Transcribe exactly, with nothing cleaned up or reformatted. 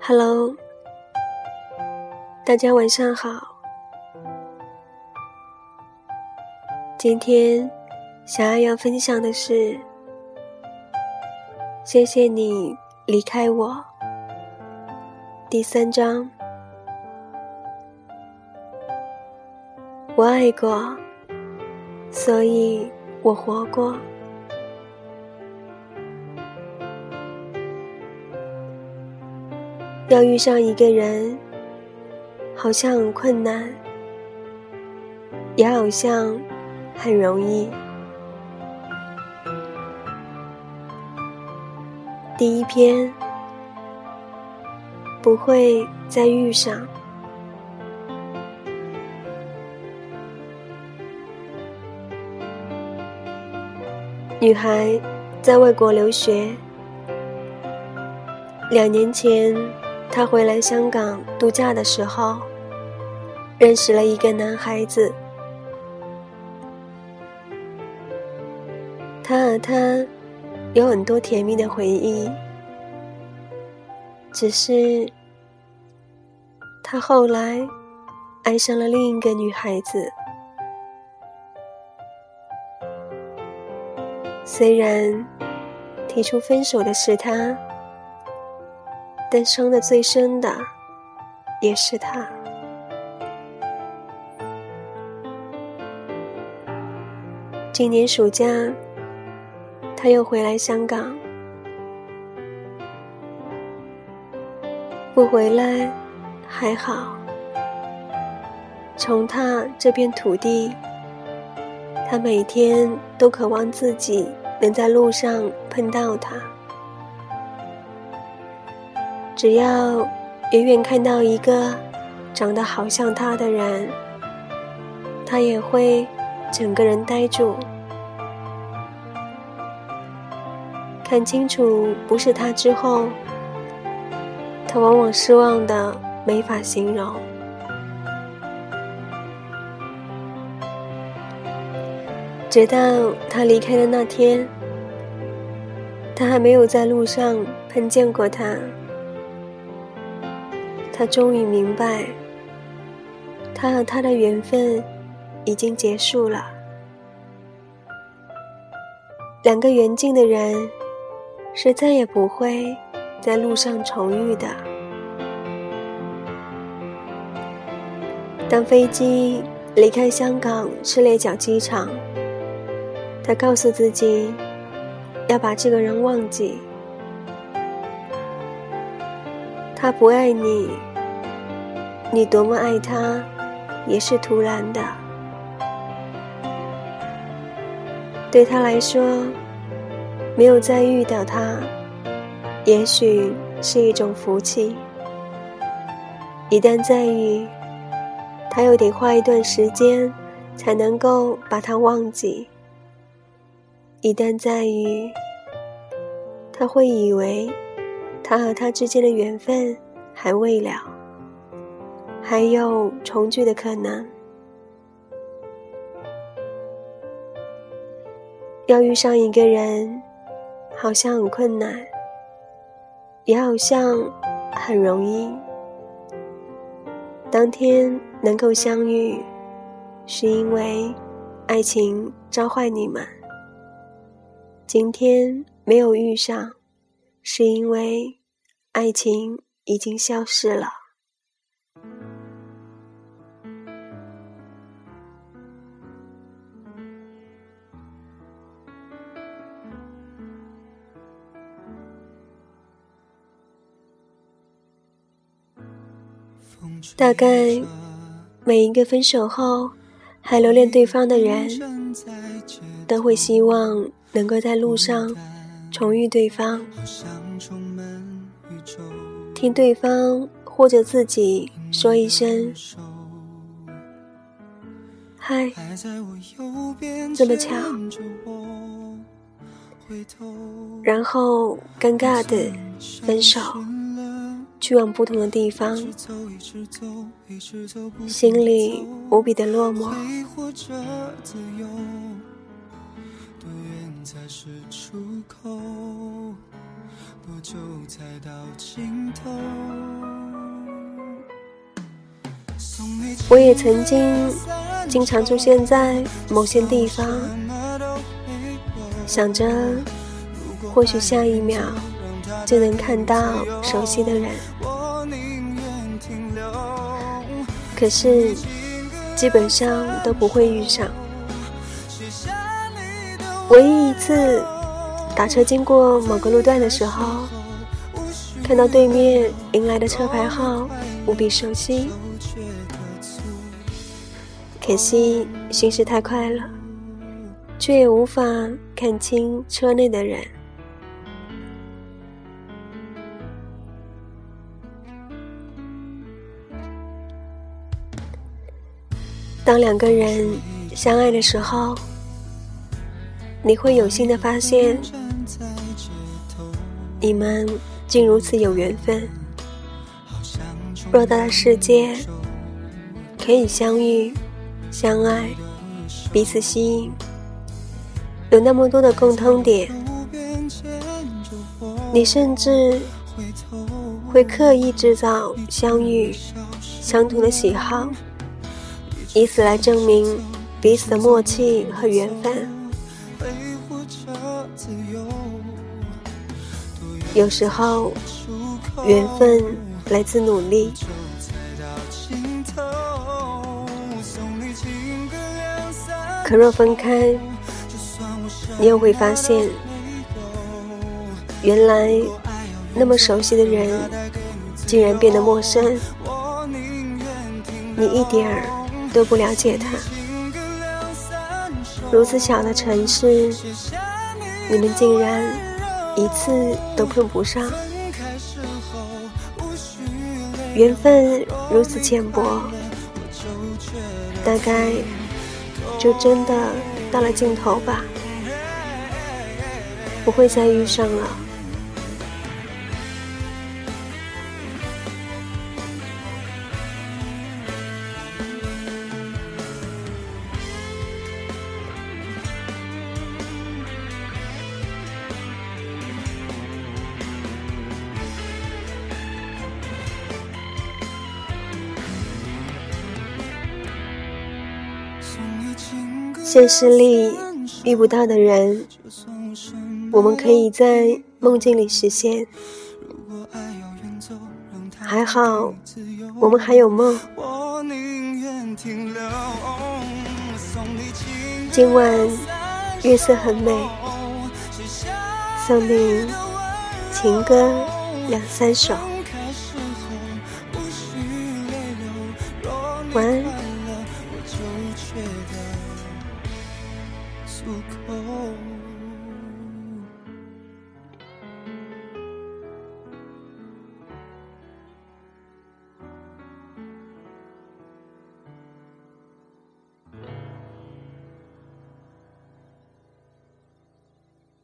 Hello， 大家晚上好。今天想要要分享的是，谢谢你离开我。第三章，我爱过，所以我活过。要遇上一个人，好像很困难，也好像很容易。第一篇，不会再遇上。女孩在外国留学，两年前她回来香港度假的时候，认识了一个男孩子。他和他有很多甜蜜的回忆，只是他后来爱上了另一个女孩子。虽然提出分手的是他，但伤得最深的也是他。今年暑假他又回来香港，不回来还好，从他这片土地，他每天都渴望自己能在路上碰到他。只要远远看到一个长得好像他的人，他也会整个人呆住。看清楚不是他之后，他往往失望的没法形容。直到他离开的那天，他还没有在路上碰见过他，他终于明白，他和他的缘分已经结束了。两个远近的人是再也不会在路上重遇的。当飞机离开香港赤骊角机场，他告诉自己要把这个人忘记。他不爱你，你多么爱他也是徒然的。对他来说，没有再遇到他，也许是一种福气。一旦再遇，他又得花一段时间才能够把他忘记。一旦再遇，他会以为他和他之间的缘分还未了，还有重聚的可能。要遇上一个人，好像很困难，也好像很容易。当天能够相遇，是因为爱情召唤你们；今天没有遇上，是因为爱情已经消失了。大概每一个分手后还留恋对方的人，都会希望能够在路上重遇对方，听对方或者自己说一声嗨，这么巧，然后尴尬的分手，去往不同的地方，心里无比的落寞。 才是出口，多久才到尽头。 我也曾经经常出现在某些地方，想着或许下一秒就能看到熟悉的人，可是基本上都不会遇上。唯一一次打车经过某个路段的时候，看到对面迎来的车牌号无比熟悉，可惜行驶太快了，却也无法看清车内的人。当两个人相爱的时候，你会有幸的发现，你们竟如此有缘分。偌大的世界，可以相遇、相爱、彼此吸引，有那么多的共通点，你甚至会刻意制造相遇、相同的喜好，以此来证明彼此的默契和缘分。有时候缘分来自努力，可若分开，你又会发现，原来那么熟悉的人竟然变得陌生，你一点儿都不了解他。如此小的城市，你们竟然一次都碰不上，缘分如此浅薄，大概就真的到了尽头吧，不会再遇上了。现实里遇不到的人，我们可以在梦境里实现。还好我们还有梦。今晚月色很美，送你情歌两三首，晚安。